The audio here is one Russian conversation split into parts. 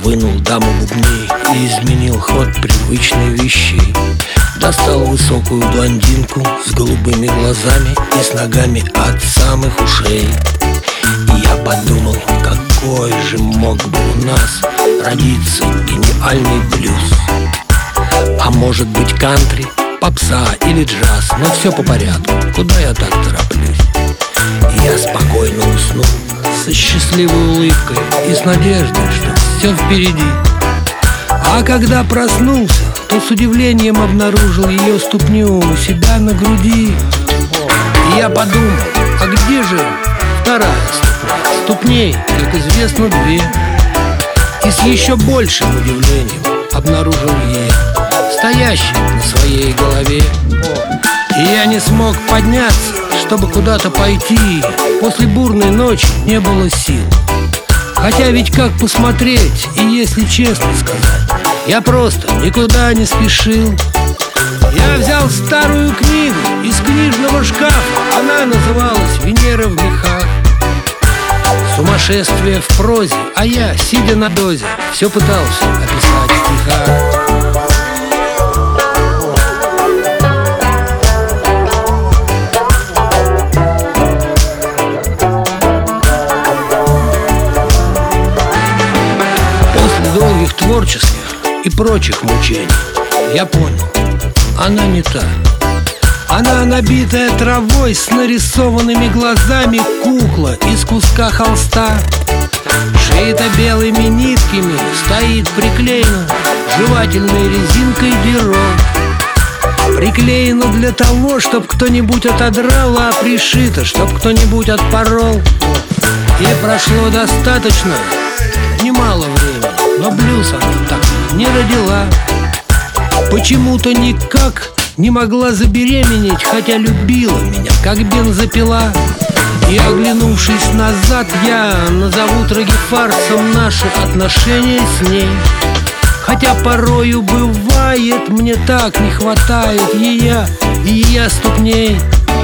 Вынул даму бубней и изменил ход привычных вещей. Достал высокую блондинку с голубыми глазами и с ногами от самых ушей. И я подумал, какой же мог бы у нас родиться гениальный блюз. А может быть кантри, попса или джаз, но все по порядку, куда я так тороплюсь. И я спокойно уснул со счастливой улыбкой и с надеждой, что все впереди. А когда проснулся, то с удивлением обнаружил ее ступню у себя на груди. И я подумал, а где же вторая ступня? Ступней, как известно, две. И с еще большим удивлением обнаружил ее стоящей на своей голове. И я не смог подняться, чтобы куда-то пойти. После бурной ночи не было сил. Хотя ведь как посмотреть, и если честно сказать, я просто никуда не спешил. Я взял старую книгу из книжного шкафа. Она называлась «Венера в мехах». Сумасшествие в прозе, а я, сидя на дозе, все пытался описать в стихах. Долгих творческих и прочих мучений я понял, она не та. Она набитая травой с нарисованными глазами кукла из куска холста. Шита белыми нитками, стоит приклеена жевательной резинкой дерок. Приклеена для того, чтоб кто-нибудь отодрал, а пришита, чтоб кто-нибудь отпорол. И прошло достаточно немало времени, но блюз она так не родила. Почему-то никак не могла забеременеть, хотя любила меня, как бензопила. И оглянувшись назад, я назову трагефарсом наши отношения с ней. Хотя порою бывает, мне так не хватает ее и ее ступней.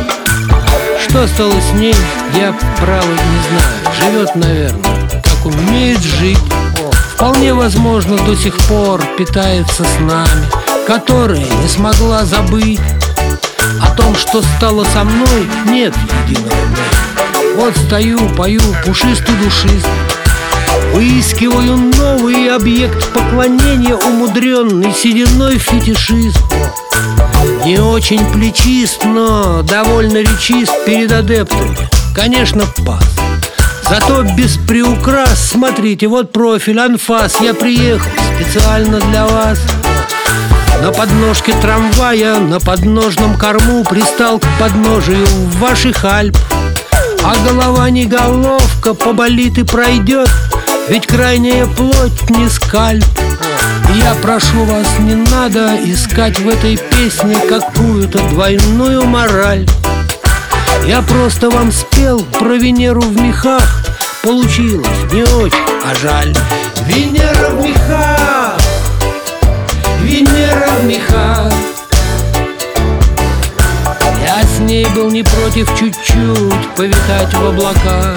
Что стало с ней, я, право, не знаю. Живет, наверное, как умеет жить. Вполне возможно, до сих пор питается с нами, которые не смогла забыть. О том, что стало со мной, нет единого мнения. Вот стою, пою пушистый душист, выискиваю новый объект поклонения, умудренный сединой фетишист. Не очень плечист, но довольно речист перед адептами. Конечно, пас. Зато без приукрас. Смотрите, вот профиль, анфас. Я приехал специально для вас. На подножке трамвая, на подножном корму пристал к подножию ваших Альп. А голова не головка, поболит и пройдет, ведь крайняя плоть не скальп. Я прошу вас, не надо искать в этой песне какую-то двойную мораль. Я просто вам спел про Венеру в мехах. Получилось не очень, а жаль. Венера в мехах, Венера в мехах. Я с ней был не против чуть-чуть повитать в облаках.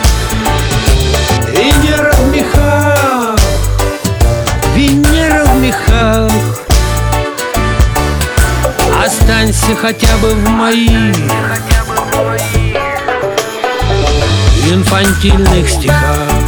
Венера в мехах, Венера в мехах. Останься хотя бы в моих инфантильных стихах.